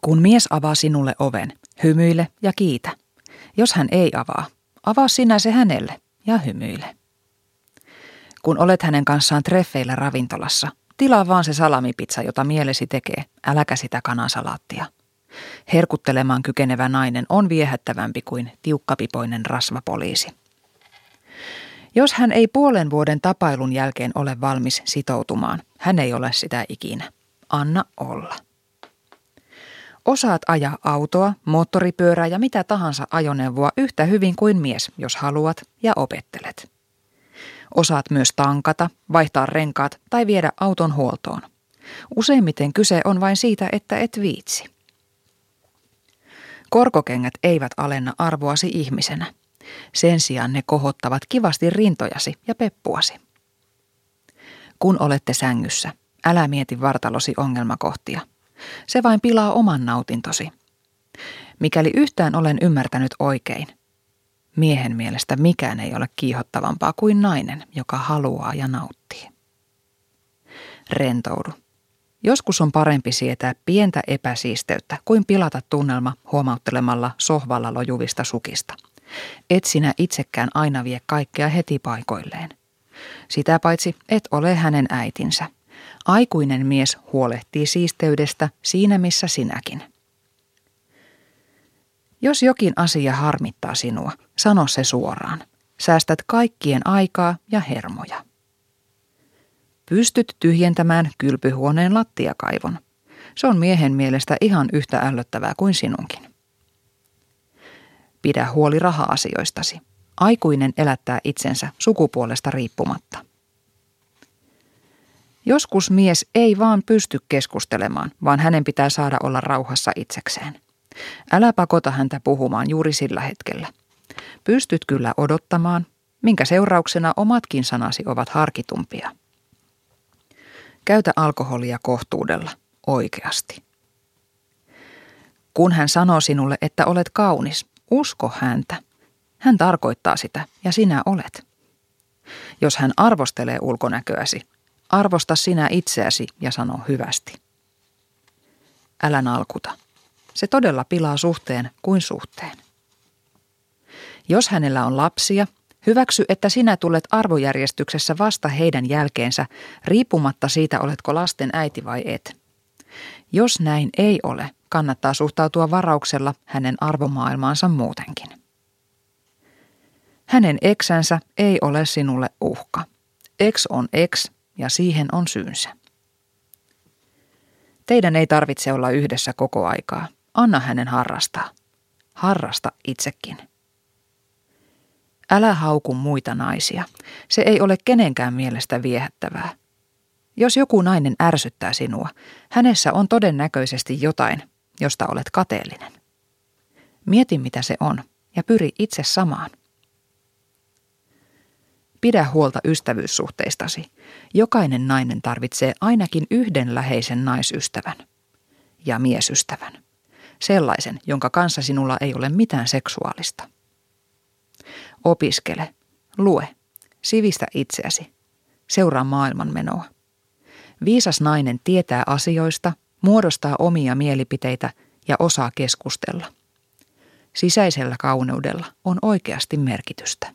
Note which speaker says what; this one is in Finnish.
Speaker 1: Kun mies avaa sinulle oven, hymyile ja kiitä. Jos hän ei avaa sinä se hänelle ja hymyile. Kun olet hänen kanssaan treffeillä ravintolassa, tilaa vaan se salamipizza, jota mielesi tekee, äläkä sitä kanasalaattia. Herkuttelemaan kykenevä nainen on viehättävämpi kuin tiukkapipoinen rasvapoliisi. Jos hän ei puolen vuoden tapailun jälkeen ole valmis sitoutumaan, hän ei ole sitä ikinä. Anna olla. Osaat ajaa autoa, moottoripyörää ja mitä tahansa ajoneuvoa yhtä hyvin kuin mies, jos haluat ja opettelet. Osaat myös tankata, vaihtaa renkaat tai viedä auton huoltoon. Useimmiten kyse on vain siitä, että et viitsi. Korkokengät eivät alenna arvoasi ihmisenä. Sen sijaan ne kohottavat kivasti rintojasi ja peppuasi. Kun olette sängyssä, älä mieti vartalosi ongelmakohtia. Se vain pilaa oman nautintosi. Mikäli yhtään olen ymmärtänyt oikein, miehen mielestä mikään ei ole kiihottavampaa kuin nainen, joka haluaa ja nauttii. Rentoudu. Joskus on parempi sietää pientä epäsiisteyttä kuin pilata tunnelma huomauttelemalla sohvalla lojuvista sukista. Et sinä itsekään aina vie kaikkea heti paikoilleen. Sitä paitsi et ole hänen äitinsä. Aikuinen mies huolehtii siisteydestä siinä missä sinäkin. Jos jokin asia harmittaa sinua, sano se suoraan. Säästät kaikkien aikaa ja hermoja. Pystyt tyhjentämään kylpyhuoneen lattiakaivon. Se on miehen mielestä ihan yhtä ällöttävää kuin sinunkin. Pidä huoli raha-asioistasi. Aikuinen elättää itsensä sukupuolesta riippumatta. Joskus mies ei vaan pysty keskustelemaan, vaan hänen pitää saada olla rauhassa itsekseen. Älä pakota häntä puhumaan juuri sillä hetkellä. Pystyt kyllä odottamaan, minkä seurauksena omatkin sanasi ovat harkitumpia. Käytä alkoholia kohtuudella, oikeasti. Kun hän sanoo sinulle, että olet kaunis, usko häntä. Hän tarkoittaa sitä ja sinä olet. Jos hän arvostelee ulkonäköäsi, arvosta sinä itseäsi ja sano hyvästi. Älä nalkuta. Se todella pilaa suhteen kuin suhteen. Jos hänellä on lapsia, hyväksy, että sinä tulet arvojärjestyksessä vasta heidän jälkeensä, riippumatta siitä, oletko lasten äiti vai et. Jos näin ei ole, kannattaa suhtautua varauksella hänen arvomaailmaansa muutenkin. Hänen eksänsä ei ole sinulle uhka. Ex on ex ja siihen on syynsä. Teidän ei tarvitse olla yhdessä koko aikaa. Anna hänen harrastaa. Harrasta itsekin. Älä hauku muita naisia. Se ei ole kenenkään mielestä viehättävää. Jos joku nainen ärsyttää sinua, hänessä on todennäköisesti jotain, josta olet kateellinen. Mieti, mitä se on, ja pyri itse samaan. Pidä huolta ystävyyssuhteistasi. Jokainen nainen tarvitsee ainakin yhden läheisen naisystävän ja miesystävän. Sellaisen, jonka kanssa sinulla ei ole mitään seksuaalista. Opiskele, lue, sivistä itseäsi, seuraa maailmanmenoa. Viisas nainen tietää asioista, muodostaa omia mielipiteitä ja osaa keskustella. Sisäisellä kauneudella on oikeasti merkitystä.